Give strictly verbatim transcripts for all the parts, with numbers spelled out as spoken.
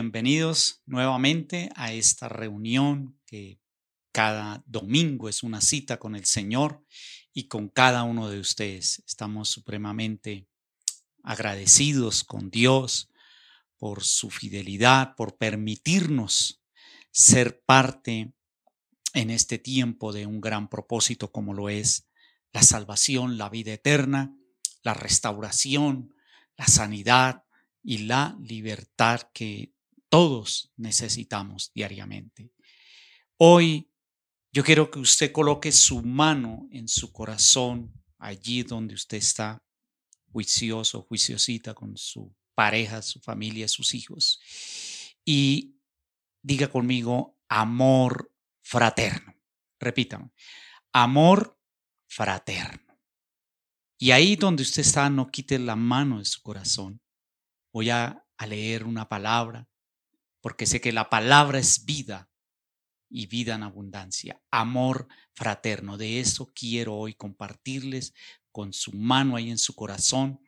bienvenidos nuevamente a esta reunión que cada domingo es una cita con el Señor y con cada uno de ustedes. Estamos supremamente agradecidos con Dios por su fidelidad, por permitirnos ser parte en este tiempo de un gran propósito como lo es la salvación, la vida eterna, la restauración, la sanidad y la libertad que todos necesitamos diariamente. Hoy yo quiero que usted coloque su mano en su corazón, allí donde usted está, juicioso, juiciosita con su pareja, su familia, sus hijos, y diga conmigo: amor fraterno. Repítame: amor fraterno. Y ahí donde usted está, no quite la mano de su corazón. Voy a, a leer una palabra, porque sé que la palabra es vida y vida en abundancia. Amor fraterno. De eso quiero hoy compartirles con su mano ahí en su corazón.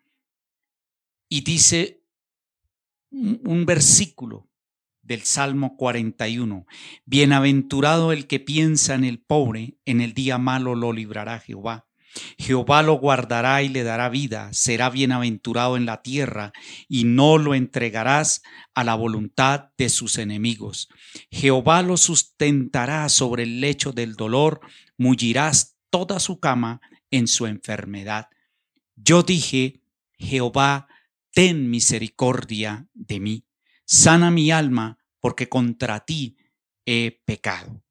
Y dice un, un versículo del Salmo cuarenta y uno. Bienaventurado el que piensa en el pobre, en el día malo lo librará Jehová. Jehová lo guardará y le dará vida, será bienaventurado en la tierra y no lo entregarás a la voluntad de sus enemigos. Jehová lo sustentará sobre el lecho del dolor, mullirás toda su cama en su enfermedad. Yo dije: Jehová, ten misericordia de mí, sana mi alma, porque contra ti he pecado.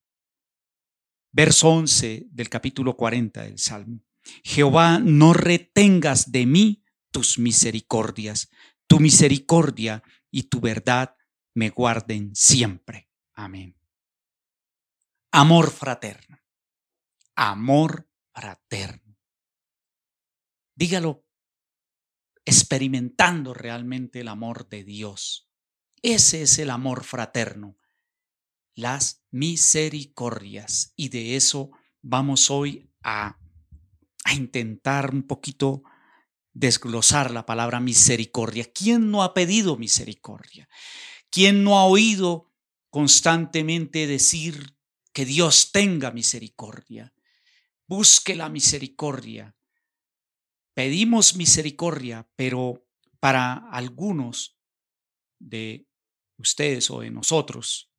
Verso once del capítulo cuarenta del Salmo. Jehová, no retengas de mí tus misericordias, tu misericordia y tu verdad me guarden siempre. Amén. Amor fraterno, amor fraterno. Dígalo experimentando realmente el amor de Dios. Ese es el amor fraterno, las misericordias, y de eso vamos hoy a a intentar un poquito desglosar la palabra misericordia. ¿Quién no ha pedido misericordia? ¿Quién no ha oído constantemente decir que Dios tenga misericordia? Busque la misericordia. Pedimos misericordia, pero para algunos de ustedes o de nosotros,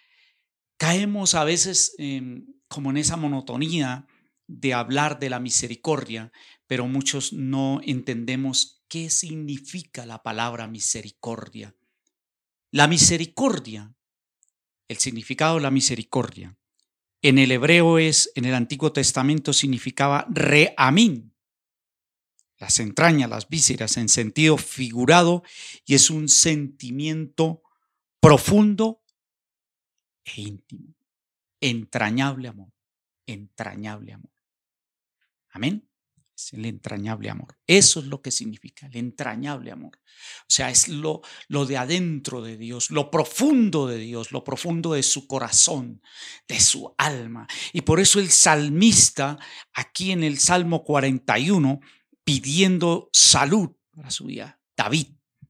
caemos a veces eh, como en esa monotonía de hablar de la misericordia, pero muchos no entendemos qué significa la palabra misericordia. La misericordia, el significado de la misericordia, en el hebreo es, en el Antiguo Testamento significaba reamín, las entrañas, las vísceras en sentido figurado, y es un sentimiento profundo e íntimo, entrañable amor, entrañable amor. Amén. Es el entrañable amor. Eso es lo que significa el entrañable amor. O sea, es lo, lo de adentro de Dios, lo profundo de Dios, lo profundo de su corazón, de su alma. Y por eso el salmista, aquí en el Salmo cuarenta y uno, pidiendo salud para su vida, David: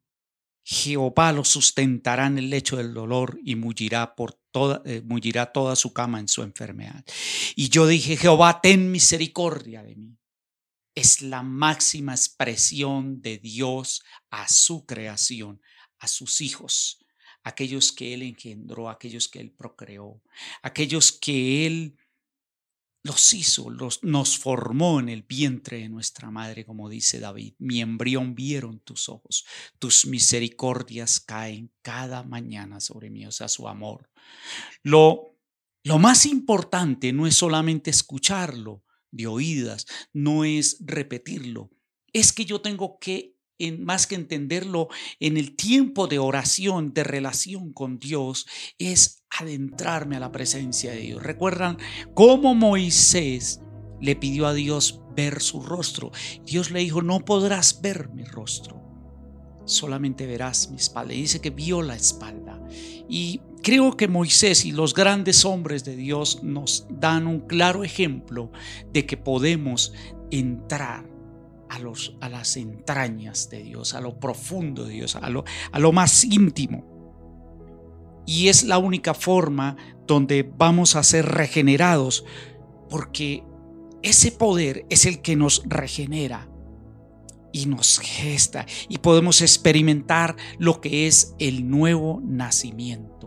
Jehová lo sustentará en el lecho del dolor y mullirá, por toda, eh, mullirá toda su cama en su enfermedad. Y yo dije: Jehová, ten misericordia de mí. Es la máxima expresión de Dios a su creación, a sus hijos, aquellos que Él engendró, aquellos que Él procreó, aquellos que Él los hizo, los, nos formó en el vientre de nuestra madre, como dice David: mi embrión vieron tus ojos, tus misericordias caen cada mañana sobre mí. O sea, su amor. Lo, lo más importante no es solamente escucharlo de oídas, no es repetirlo, es que yo tengo que, en, más que entenderlo, en el tiempo de oración, de relación con Dios, es adentrarme a la presencia de Dios. ¿Recuerdan cómo Moisés le pidió a Dios ver su rostro? Dios le dijo: no podrás ver mi rostro, solamente verás mi espalda. Y dice que vio la espalda. Y creo que Moisés y los grandes hombres de Dios nos dan un claro ejemplo de que podemos entrar a, los, a las entrañas de Dios, a lo profundo de Dios, a lo, a lo más íntimo. Y es la única forma donde vamos a ser regenerados, porque ese poder es el que nos regenera y nos gesta, y podemos experimentar lo que es el nuevo nacimiento.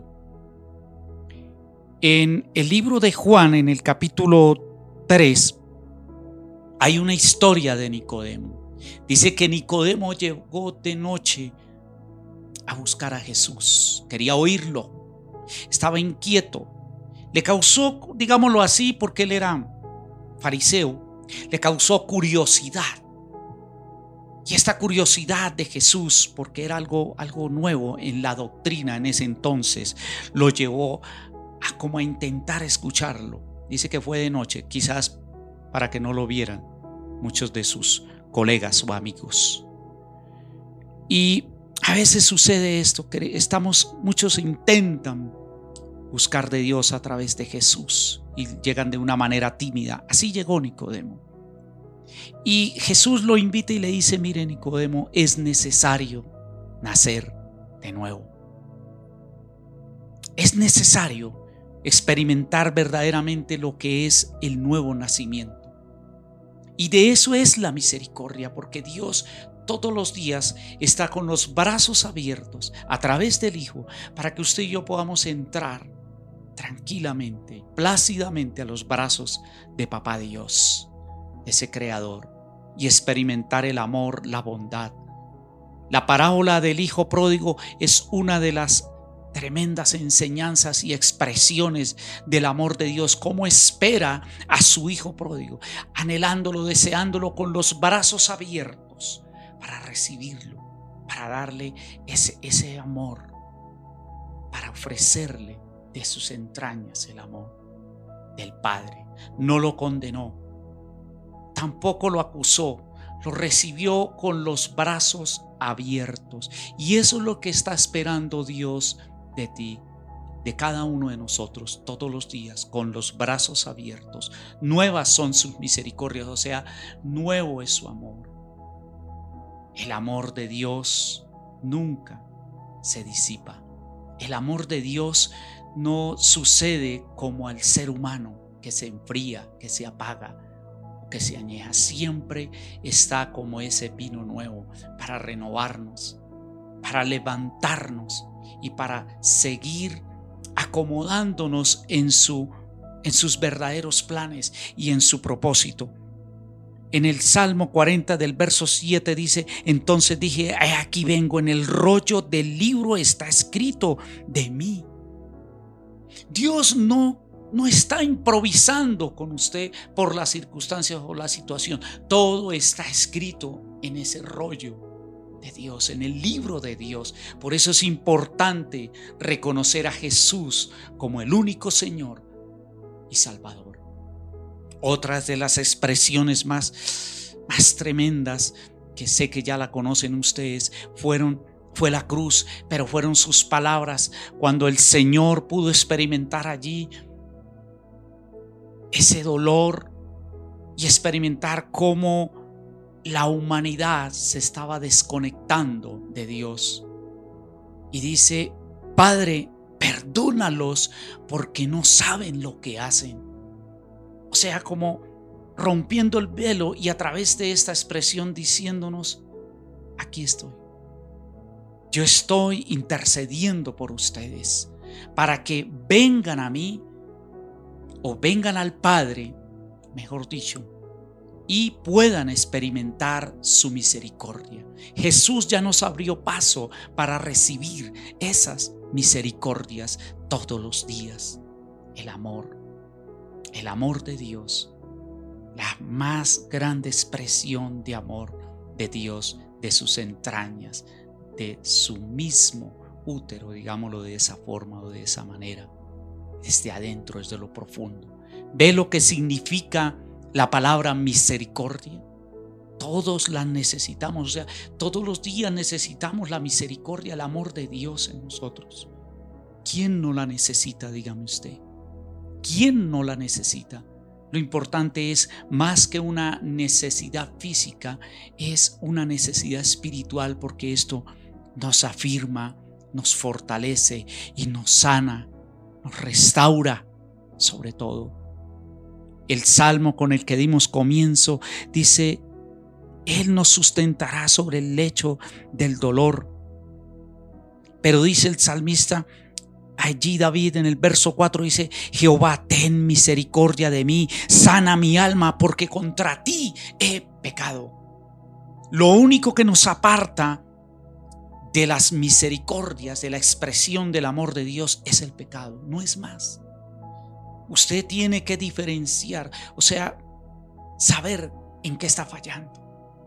En el libro de Juan, en el capítulo tres, hay una historia de Nicodemo. Dice que Nicodemo llegó de noche a buscar a Jesús, quería oírlo, estaba inquieto, le causó, digámoslo así, porque él era fariseo, le causó curiosidad. Y esta curiosidad de Jesús, porque era algo, algo nuevo en la doctrina en ese entonces, lo llevó a como a intentar escucharlo. Dice que fue de noche, quizás para que no lo vieran muchos de sus colegas o amigos. Y a veces sucede esto, que estamos, muchos intentan buscar de Dios a través de Jesús y llegan de una manera tímida. Así llegó Nicodemo. Y Jesús lo invita y le dice: mire, Nicodemo, es necesario nacer de nuevo. Es necesario experimentar verdaderamente lo que es el nuevo nacimiento. Y de eso es la misericordia, porque Dios todos los días está con los brazos abiertos a través del Hijo para que usted y yo podamos entrar tranquilamente, plácidamente a los brazos de Papá Dios, ese Creador, y experimentar el amor, la bondad. La parábola del Hijo Pródigo es una de las tremendas enseñanzas y expresiones del amor de Dios, cómo espera a su Hijo Pródigo, anhelándolo, deseándolo con los brazos abiertos para recibirlo, para darle ese, ese amor, para ofrecerle de sus entrañas el amor del Padre. No lo condenó, tampoco lo acusó, lo recibió con los brazos abiertos. Y eso es lo que está esperando Dios de ti, de cada uno de nosotros, todos los días, con los brazos abiertos. Nuevas son sus misericordias, o sea, nuevo es su amor. El amor de Dios nunca se disipa. El amor de Dios no sucede como al ser humano, que se enfría, que se apaga, que se añeja. Siempre está como ese vino nuevo para renovarnos, para levantarnos y para seguir acomodándonos en, su, en sus verdaderos planes y en su propósito. En el Salmo cuarenta del verso siete dice: entonces dije, aquí vengo, en el rollo del libro está escrito de mí. Dios no No está improvisando con usted por las circunstancias o la situación. Todo está escrito en ese rollo de Dios, en el libro de Dios. Por eso es importante reconocer a Jesús como el único Señor y Salvador. Otras de las expresiones más, más tremendas, que sé que ya la conocen ustedes, fueron fue la cruz, pero fueron sus palabras cuando el Señor pudo experimentar allí ese dolor y experimentar cómo la humanidad se estaba desconectando de Dios. Y dice: Padre, perdónalos porque no saben lo que hacen. O sea, como rompiendo el velo y a través de esta expresión diciéndonos: aquí estoy. Yo estoy intercediendo por ustedes para que vengan a mí, o vengan al Padre, mejor dicho, y puedan experimentar su misericordia. Jesús ya nos abrió paso para recibir esas misericordias todos los días. El amor, el amor de Dios, la más grande expresión de amor de Dios, de sus entrañas, de su mismo útero, digámoslo de esa forma o de esa manera, desde adentro, desde lo profundo. ¿Ve lo que significa la palabra misericordia? Todos la necesitamos, o sea, todos los días necesitamos la misericordia, el amor de Dios en nosotros. ¿Quién no la necesita? Dígame usted. ¿Quién no la necesita? Lo importante es, más que una necesidad física, es una necesidad espiritual, porque esto nos afirma, nos fortalece y nos sana, nos restaura sobre todo. El salmo con el que dimos comienzo dice: Él nos sustentará sobre el lecho del dolor. Pero dice el salmista, allí David en el verso cuatro dice: Jehová, ten misericordia de mí, sana mi alma, porque contra ti he pecado. Lo único que nos aparta de las misericordias, de la expresión del amor de Dios, es el pecado, no es más. Usted tiene que diferenciar, o sea, saber en qué está fallando,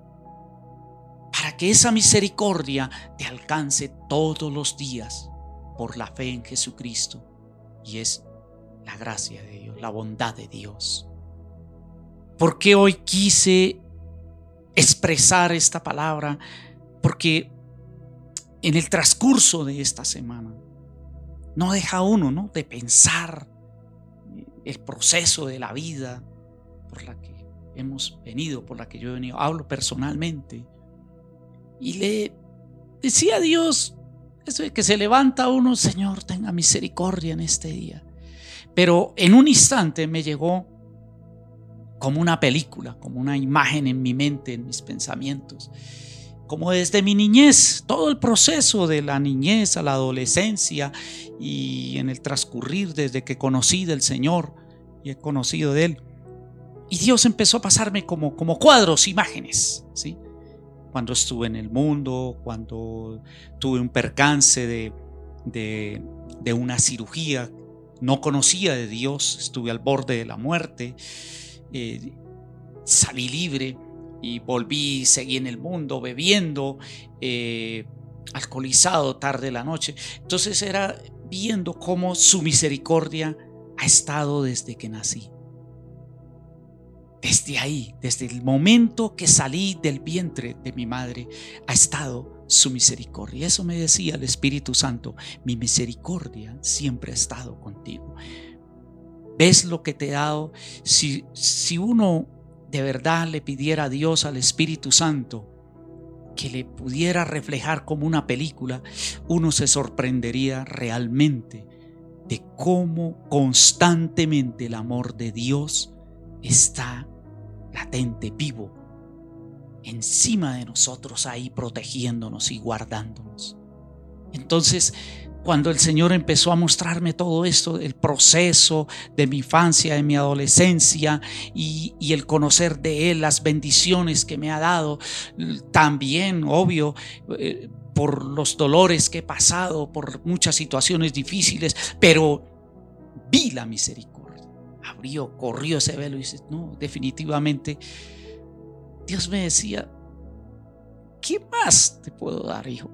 para que esa misericordia te alcance todos los días por la fe en Jesucristo. Y es la gracia de Dios, la bondad de Dios. ¿Por qué hoy quise expresar esta palabra? Porque en el transcurso de esta semana no deja uno, ¿no?, de pensar el proceso de la vida por la que hemos venido, por la que yo he venido. Hablo personalmente y le decía a Dios eso de que se levanta uno: Señor, tenga misericordia en este día. Pero en un instante me llegó como una película, como una imagen en mi mente, en mis pensamientos, como desde mi niñez, todo el proceso de la niñez a la adolescencia y en el transcurrir desde que conocí del Señor y he conocido de Él. Y Dios empezó a pasarme como, como cuadros, imágenes, ¿sí? Cuando estuve en el mundo, cuando tuve un percance de, de, de una cirugía, no conocía de Dios, estuve al borde de la muerte, eh, salí libre y volví, seguí en el mundo bebiendo, eh, alcoholizado tarde de la noche. Entonces era viendo cómo su misericordia ha estado desde que nací. Desde ahí, desde el momento que salí del vientre de mi madre, ha estado su misericordia. Eso me decía el Espíritu Santo: mi misericordia siempre ha estado contigo. ¿Ves lo que te he dado? Si, si uno de verdad le pidiera a Dios, al Espíritu Santo, que le pudiera reflejar como una película, uno se sorprendería realmente de cómo constantemente el amor de Dios está latente, vivo, encima de nosotros, ahí protegiéndonos y guardándonos. Entonces, cuando el Señor empezó a mostrarme todo esto, el proceso de mi infancia, de mi adolescencia y, y el conocer de Él, las bendiciones que me ha dado, también, obvio, eh, por los dolores que he pasado, por muchas situaciones difíciles, pero vi la misericordia. Abrió, corrió ese velo y dice: no, definitivamente Dios me decía: ¿qué más te puedo dar, hijo?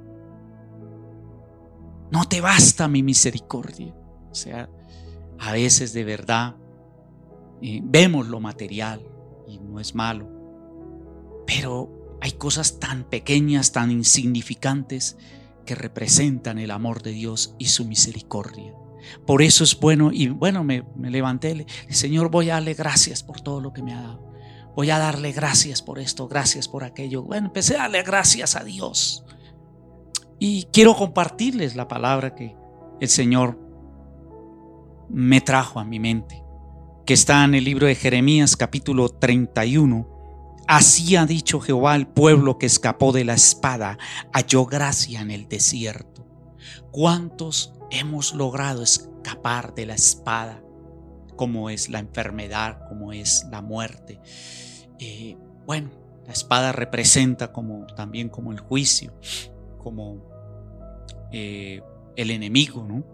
No te basta mi misericordia. O sea, a veces de verdad eh, vemos lo material y no es malo, pero hay cosas tan pequeñas, tan insignificantes, que representan el amor de Dios y su misericordia. Por eso es bueno, y bueno, me, me levanté, le dije: Señor, voy a darle gracias por todo lo que me ha dado. Voy a darle gracias por esto, gracias por aquello. Bueno, empecé a darle gracias a Dios. Y quiero compartirles la palabra que el Señor me trajo a mi mente, que está en el libro de Jeremías capítulo treinta y uno. Así ha dicho Jehová: al pueblo que escapó de la espada halló gracia en el desierto. ¿Cuántos hemos logrado escapar de la espada, como es la enfermedad, como es la muerte? Eh, bueno, la espada representa como, también como el juicio, como eh, el enemigo, ¿no?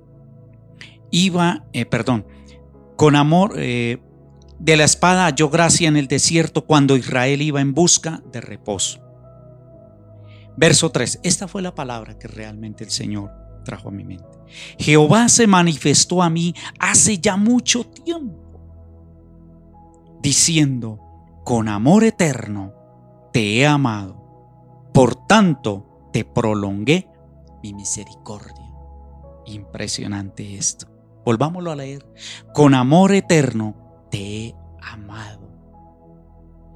Iba, eh, perdón, con amor eh, de la espada halló gracia en el desierto, cuando Israel iba en busca de reposo. Verso tres, esta fue la palabra que realmente el Señor trajo a mi mente. Jehová se manifestó a mí hace ya mucho tiempo, diciendo: con amor eterno te he amado, por tanto te prolongué mi misericordia. Impresionante esto. Volvámoslo a leer. Con amor eterno te he amado.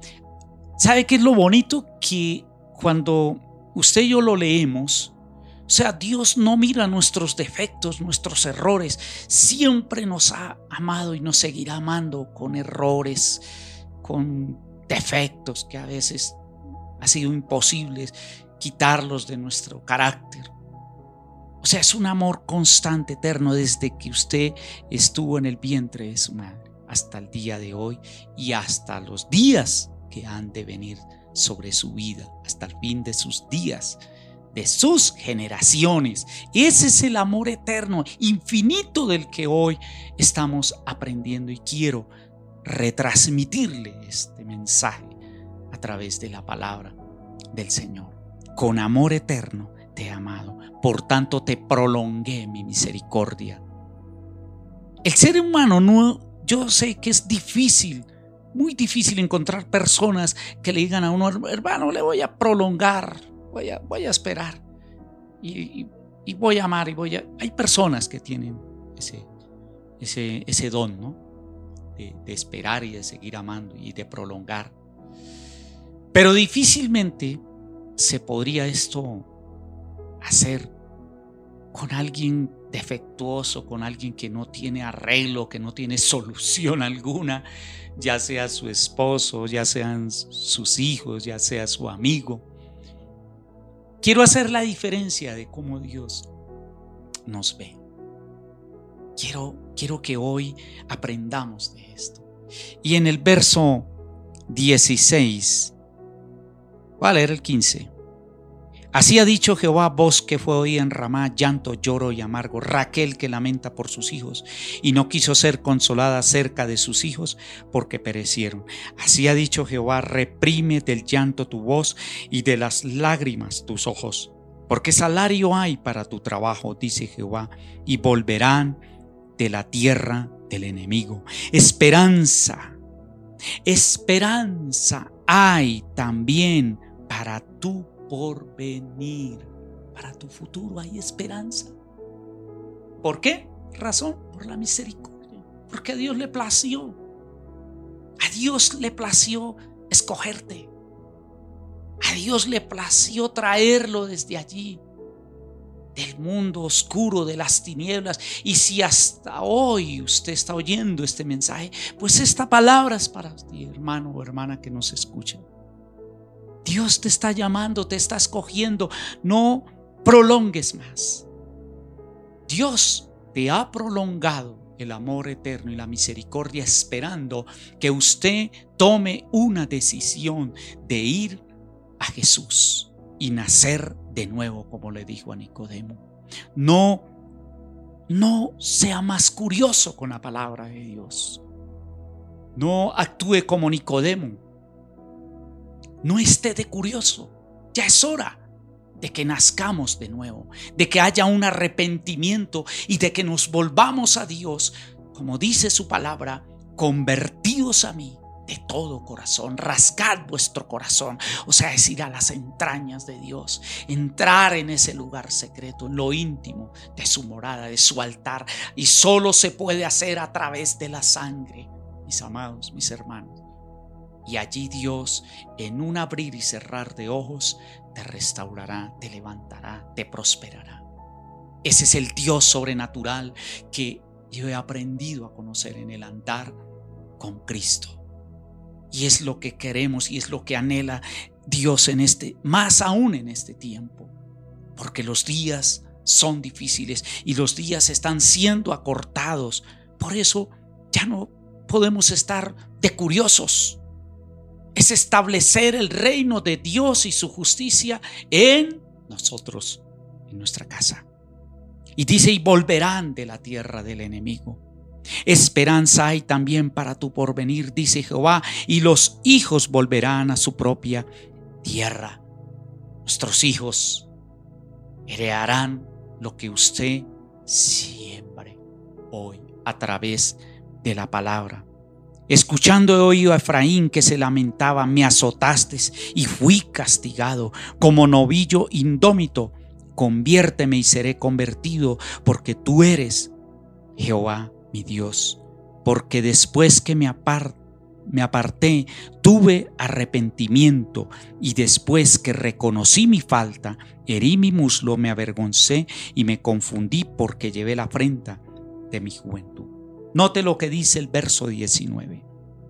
¿Sabe qué es lo bonito? Que cuando usted y yo lo leemos, sea, Dios no mira nuestros defectos, nuestros errores. Siempre nos ha amado y nos seguirá amando con errores, con defectos que a veces ha sido imposible quitarlos de nuestro carácter. O sea, es un amor constante, eterno, desde que usted estuvo en el vientre de su madre hasta el día de hoy y hasta los días que han de venir sobre su vida, hasta el fin de sus días, de sus generaciones. Ese es el amor eterno, infinito, del que hoy estamos aprendiendo, y quiero retransmitirle este mensaje a través de la palabra del Señor. Con amor eterno te he amado, por tanto te prolongué mi misericordia. El ser humano, no, yo sé que es difícil, muy difícil encontrar personas que le digan a uno: hermano, le voy a prolongar, voy a, voy a esperar y, y, y voy a amar y voy a... Hay personas que tienen ese, ese, ese don, ¿no? De, de esperar y de seguir amando y de prolongar. Pero difícilmente se podría esto hacer con alguien defectuoso, con alguien que no tiene arreglo, que no tiene solución alguna, ya sea su esposo, ya sean sus hijos, ya sea su amigo. Quiero hacer la diferencia de cómo Dios nos ve. Quiero, quiero que hoy aprendamos de esto. Y en el verso dieciséis, voy a leer el quince. Así ha dicho Jehová, voz que fue oída en Ramá, llanto, lloro y amargo, Raquel que lamenta por sus hijos y no quiso ser consolada cerca de sus hijos porque perecieron. Así ha dicho Jehová, reprime del llanto tu voz y de las lágrimas tus ojos, porque salario hay para tu trabajo, dice Jehová, y volverán de la tierra del enemigo. Esperanza, esperanza hay también para tu por venir, para tu futuro hay esperanza. ¿Por qué razón? Por la misericordia, porque a Dios le plació, a Dios le plació escogerte, a Dios le plació traerlo desde allí, del mundo oscuro, de las tinieblas. Y si hasta hoy usted está oyendo este mensaje, pues esta palabra es para ti, hermano o hermana que nos escucha. Dios te está llamando, te está escogiendo. No prolongues más. Dios te ha prolongado el amor eterno y la misericordia, esperando que usted tome una decisión de ir a Jesús y nacer de nuevo, como le dijo a Nicodemo. No, no sea más curioso con la palabra de Dios. No actúe como Nicodemo. No esté de curioso. Ya es hora de que nazcamos de nuevo, de que haya un arrepentimiento y de que nos volvamos a Dios, como dice su palabra: convertidos a mí de todo corazón, rasgad vuestro corazón. O sea, es ir a las entrañas de Dios, entrar en ese lugar secreto, en lo íntimo de su morada, de su altar. Y solo se puede hacer a través de la sangre, mis amados, mis hermanos. Y allí Dios, en un abrir y cerrar de ojos, te restaurará, te levantará, te prosperará. Ese es el Dios sobrenatural que yo he aprendido a conocer en el andar con Cristo. Y es lo que queremos y es lo que anhela Dios en este, más aún en este tiempo. Porque los días son difíciles y los días están siendo acortados. Por eso ya no podemos estar de curiosos. Es establecer el reino de Dios y su justicia en nosotros, en nuestra casa. Y dice: y volverán de la tierra del enemigo. Esperanza hay también para tu porvenir, dice Jehová, y los hijos volverán a su propia tierra. Nuestros hijos heredarán lo que usted siembre hoy a través de la palabra. Escuchando he oído a Efraín que se lamentaba: me azotaste y fui castigado como novillo indómito. Conviérteme y seré convertido, porque tú eres Jehová mi Dios. Porque después que me, apar, me aparté, tuve arrepentimiento y después que reconocí mi falta, herí mi muslo, me avergoncé y me confundí porque llevé la afrenta de mi juventud. Note lo que dice el verso diecinueve.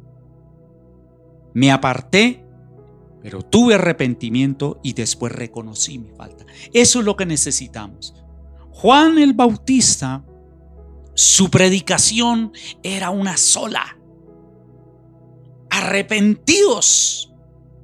Me aparté, pero tuve arrepentimiento y después reconocí mi falta. Eso es lo que necesitamos. Juan el Bautista, su predicación era una sola: arrepentidos,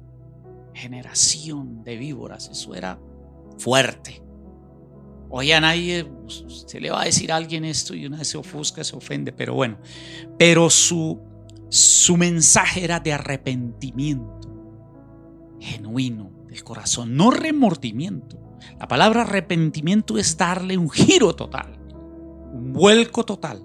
generación de víboras. Eso era fuerte. Hoy a nadie se le va a decir a alguien esto y una vez se ofusca, se ofende, pero bueno, pero su, su mensaje era de arrepentimiento genuino del corazón, no remordimiento. La palabra arrepentimiento es darle un giro total, un vuelco total.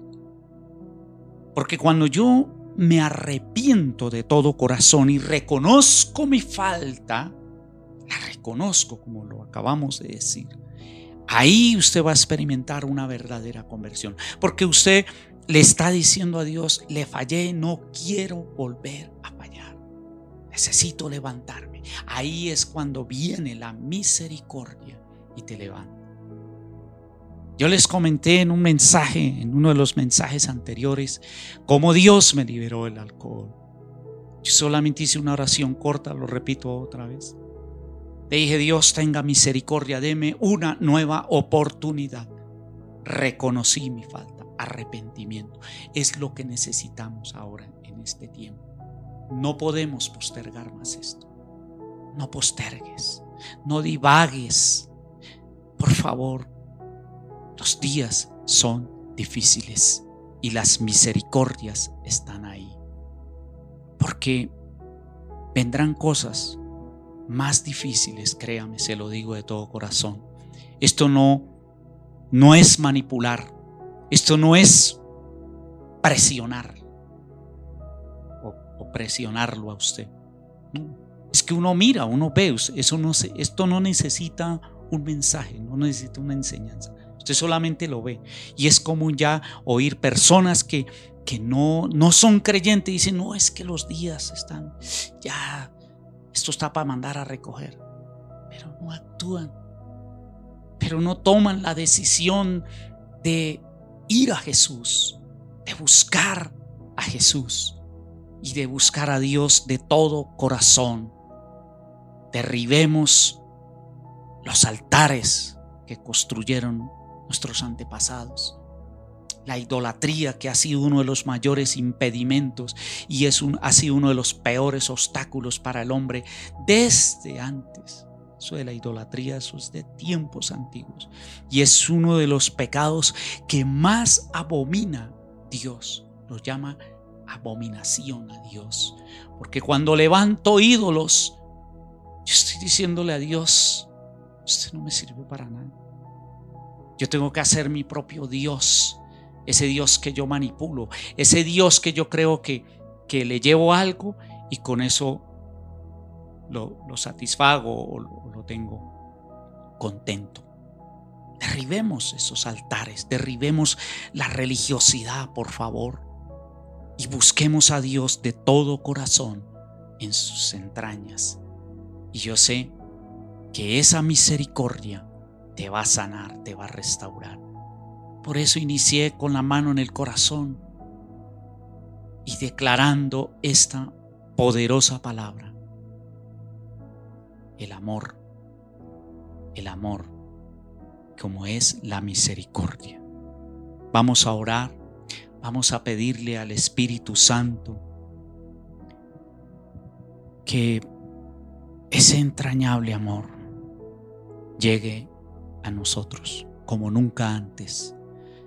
Porque cuando yo me arrepiento de todo corazón y reconozco mi falta, la reconozco como lo acabamos de decir, ahí usted va a experimentar una verdadera conversión. Porque usted le está diciendo a Dios: le fallé, no quiero volver a fallar, necesito levantarme. Ahí es cuando viene la misericordia y te levanta. Yo les comenté en un mensaje, en uno de los mensajes anteriores, cómo Dios me liberó del alcohol. Yo solamente hice una oración corta, lo repito otra vez. Le dije: Dios, tenga misericordia, deme una nueva oportunidad. Reconocí mi falta, arrepentimiento. Es lo que necesitamos ahora en este tiempo. No podemos postergar más esto. No postergues, no divagues. Por favor, los días son difíciles y las misericordias están ahí. Porque vendrán cosas más difíciles, créame, se lo digo de todo corazón. Esto no, no es manipular, esto no es presionar o, o presionarlo a usted. No. Es que uno mira, uno ve, eso no se, esto no necesita un mensaje, no necesita una enseñanza. Usted solamente lo ve. Y es común ya oír personas que, que no, no son creyentes y dicen: no, es que los días están, ya, esto está para mandar a recoger. Pero no actúan, pero no toman la decisión de ir a Jesús, de buscar a Jesús y de buscar a Dios de todo corazón. Derribemos los altares que construyeron nuestros antepasados. La idolatría, que ha sido uno de los mayores impedimentos y es un, ha sido uno de los peores obstáculos para el hombre desde antes. Eso de la idolatría, eso es de tiempos antiguos. Y es uno de los pecados que más abomina Dios. Los llama abominación a Dios. Porque cuando levanto ídolos, yo estoy diciéndole a Dios: usted no me sirve para nada. Yo tengo que hacer mi propio Dios, ese Dios que yo manipulo, ese Dios que yo creo que, que le llevo algo y con eso lo, lo satisfago o lo, o lo tengo contento. Derribemos esos altares, derribemos la religiosidad, por favor, y busquemos a Dios de todo corazón en sus entrañas. Y yo sé que esa misericordia te va a sanar, te va a restaurar. Por eso inicié con la mano en el corazón y declarando esta poderosa palabra: el amor, el amor como es la misericordia. Vamos a orar, vamos a pedirle al Espíritu Santo que ese entrañable amor llegue a nosotros como nunca antes.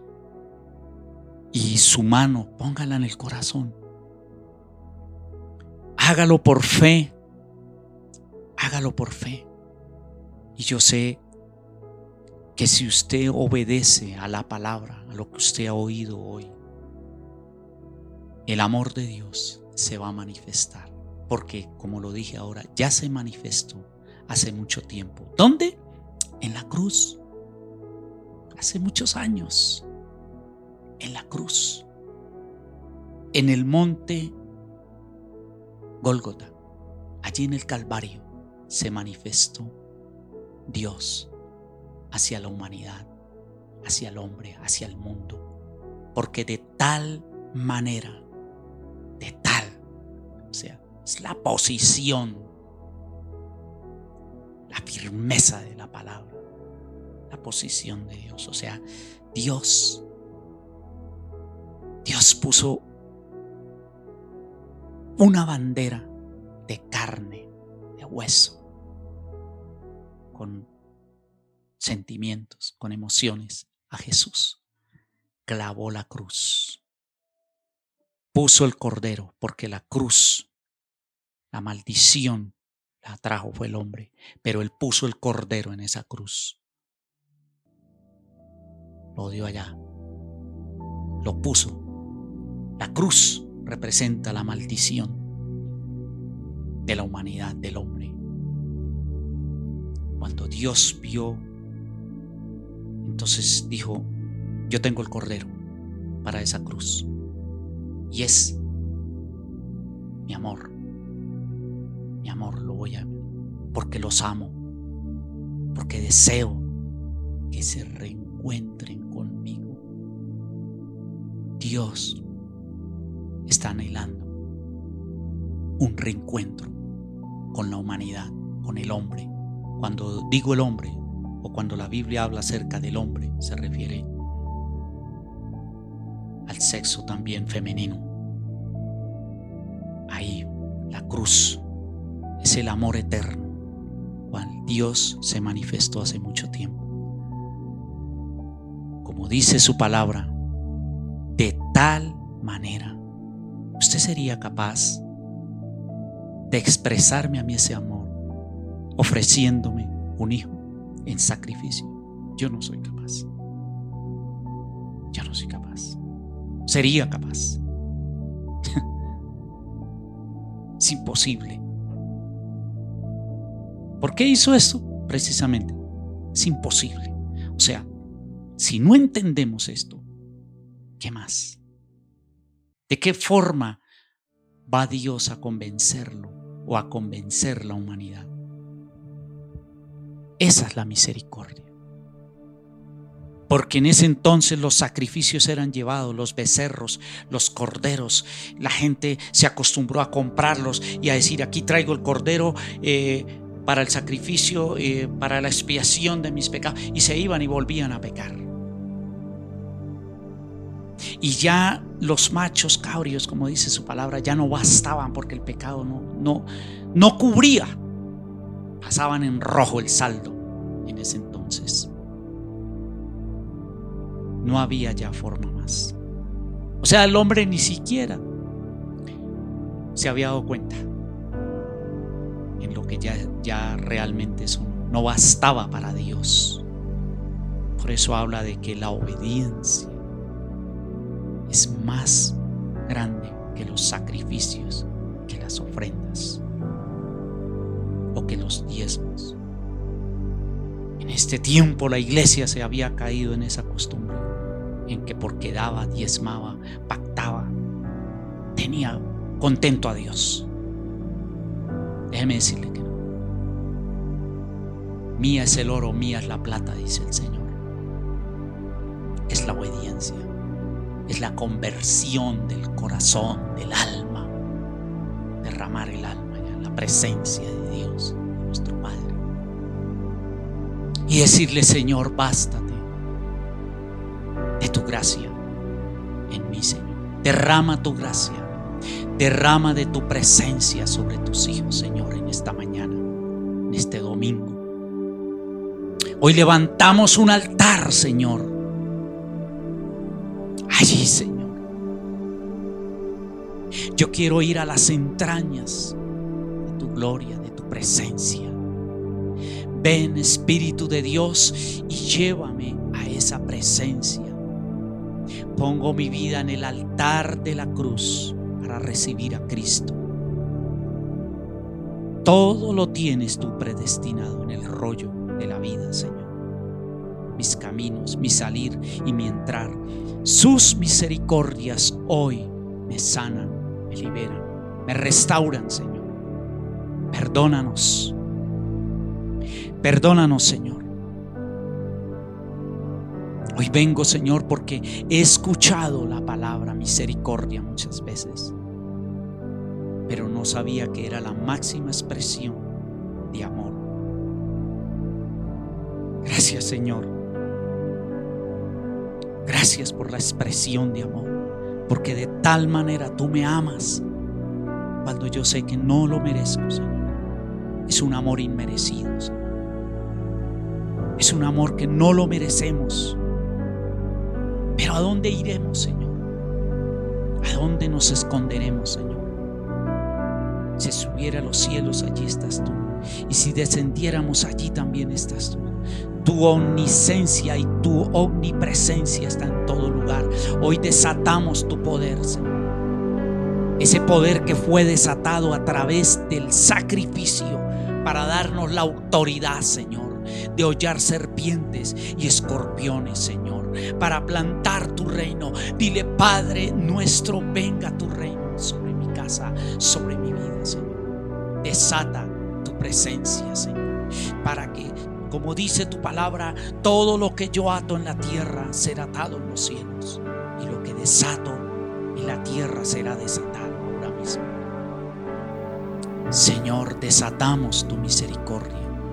Y su mano, póngala en el corazón. Hágalo por fe. Hágalo por fe. Y yo sé que si usted obedece a la palabra, a lo que usted ha oído hoy, el amor de Dios se va a manifestar. Porque, como lo dije ahora, ya se manifestó hace mucho tiempo. ¿Dónde? En la cruz. Hace muchos años. En la cruz. En el monte Gólgota, allí en el Calvario, se manifestó Dios hacia la humanidad, hacia el hombre, hacia el mundo. Porque de tal manera, de tal, o sea, es la posición, la firmeza de la palabra, la posición de Dios. O sea, Dios, Dios puso una bandera de carne, de hueso, con sentimientos, con emociones a Jesús. Clavó la cruz, puso el cordero, porque la cruz, la maldición la trajo fue el hombre, pero él puso el cordero en esa cruz. Lo dio allá, lo puso. La cruz representa la maldición de la humanidad, del hombre. Cuando Dios vio, entonces dijo: yo tengo el cordero para esa cruz, y es mi amor, mi amor lo voy a, porque los amo, porque deseo que se reencuentren conmigo. Dios está anhelando un reencuentro con la humanidad, con el hombre. Cuando digo el hombre, o cuando la Biblia habla acerca del hombre, se refiere al sexo también femenino. Ahí la cruz es el amor eterno, cual Dios se manifestó hace mucho tiempo. Como dice su palabra, de tal manera. ¿Usted sería capaz de expresarme a mí ese amor ofreciéndome un hijo en sacrificio? Yo no soy capaz. Yo no soy capaz. Sería capaz. Es imposible. ¿Por qué hizo esto? Precisamente, es imposible. O sea, si no entendemos esto, ¿qué más? ¿De qué forma va Dios a convencerlo o a convencer la humanidad? Esa es la misericordia. Porque en ese entonces los sacrificios eran llevados, los becerros, los corderos. La gente se acostumbró a comprarlos y a decir: aquí traigo el cordero eh, para el sacrificio, eh, para la expiación de mis pecados. Y se iban y volvían a pecar. Y ya los machos cabríos, como dice su palabra, ya no bastaban, porque el pecado no, no, no cubría. Pasaban en rojo el saldo en ese entonces. No había ya forma más. O sea, el hombre ni siquiera se había dado cuenta en lo que ya, ya realmente es uno. No bastaba para Dios. Por eso habla de que la obediencia es más grande que los sacrificios, que las ofrendas o que los diezmos. En este tiempo la iglesia se había caído en esa costumbre, en que porque daba, diezmaba, pactaba, tenía contento a Dios. Déjeme decirle que no. Mía es el oro, mía es la plata, dice el Señor. Es la obediencia. Es la conversión del corazón, del alma, derramar el alma en la presencia de Dios, de nuestro Padre, y decirle: Señor, bástate de tu gracia en mí, Señor. Derrama tu gracia, derrama de tu presencia sobre tus hijos, Señor, en esta mañana, en este domingo. Hoy levantamos un altar, Señor, allí, Señor. Yo quiero ir a las entrañas de tu gloria, de tu presencia. Ven, Espíritu de Dios, y llévame a esa presencia. Pongo mi vida en el altar de la cruz para recibir a Cristo. Todo lo tienes tú predestinado en el rollo de la vida, Señor. Mis caminos, mi salir y mi entrar. Sus misericordias hoy me sanan, me liberan, me restauran, Señor. Perdónanos. Perdónanos, Señor. Hoy vengo, Señor, porque he escuchado la palabra misericordia muchas veces, pero no sabía que era la máxima expresión de amor. Gracias, Señor. Gracias por la expresión de amor, porque de tal manera tú me amas cuando yo sé que no lo merezco, Señor. Es un amor inmerecido, Señor. Es un amor que no lo merecemos. Pero ¿a dónde iremos, Señor? ¿A dónde nos esconderemos, Señor? Si subiera a los cielos, allí estás tú. Y si descendiéramos, allí también estás tú. Tu omnisciencia y tu omnipresencia está en todo lugar. Hoy desatamos tu poder, Señor. Ese poder que fue desatado a través del sacrificio para darnos la autoridad, Señor, de hollar serpientes y escorpiones, Señor, para plantar tu reino. Dile: Padre nuestro, venga tu reino sobre mi casa, sobre mi vida, Señor. Desata tu presencia, Señor, para que, como dice tu palabra, todo lo que yo ato en la tierra será atado en los cielos, y lo que desato en la tierra será desatado ahora mismo. Señor, desatamos tu misericordia,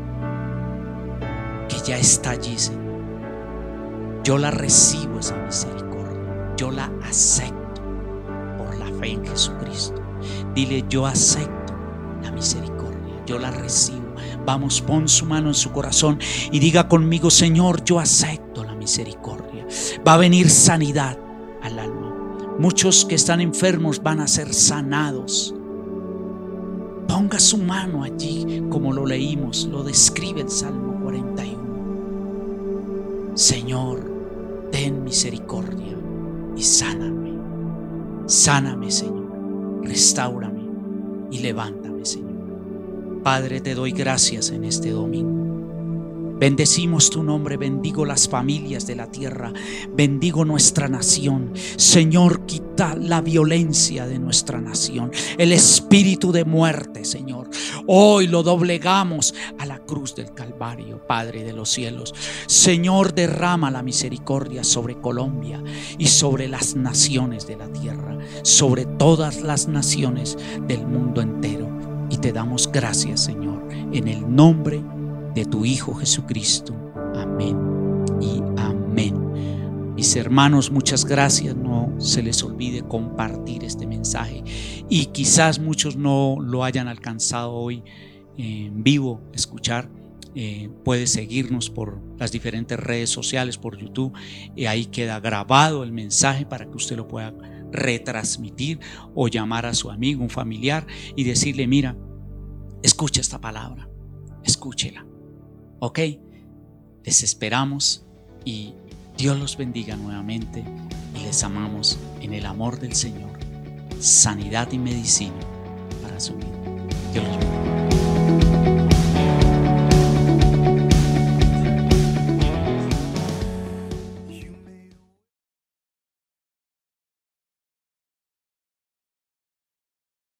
que ya está allí, Señor. Yo la recibo, esa misericordia. Yo la acepto por la fe en Jesucristo. Dile: yo acepto la misericordia, yo la recibo. Vamos, pon su mano en su corazón y diga conmigo: Señor, yo acepto la misericordia. Va a venir sanidad al alma. Muchos que están enfermos van a ser sanados. Ponga su mano allí, como lo leímos, lo describe el Salmo cuarenta y uno. Señor, ten misericordia y sáname. Sáname, Señor. Restáurame y levántame, Señor. Padre, te doy gracias en este domingo. Bendecimos tu nombre, bendigo las familias de la tierra, bendigo nuestra nación. Señor, quita la violencia de nuestra nación, el espíritu de muerte, Señor. Hoy lo doblegamos a la cruz del Calvario, Padre de los cielos. Señor, derrama la misericordia sobre Colombia y sobre las naciones de la tierra, sobre todas las naciones del mundo entero. Y te damos gracias, Señor, en el nombre de tu Hijo Jesucristo. Amén y amén. Mis hermanos, muchas gracias. No se les olvide compartir este mensaje. Y quizás muchos no lo hayan alcanzado hoy en vivo escuchar. Eh, puede seguirnos por las diferentes redes sociales, por YouTube. Y ahí queda grabado el mensaje para que usted lo pueda retransmitir o llamar a su amigo, un familiar, y decirle: mira, escucha esta palabra, escúchela. Ok, les esperamos y Dios los bendiga nuevamente, y les amamos en el amor del Señor. Sanidad y medicina para su vida. Dios los bendiga.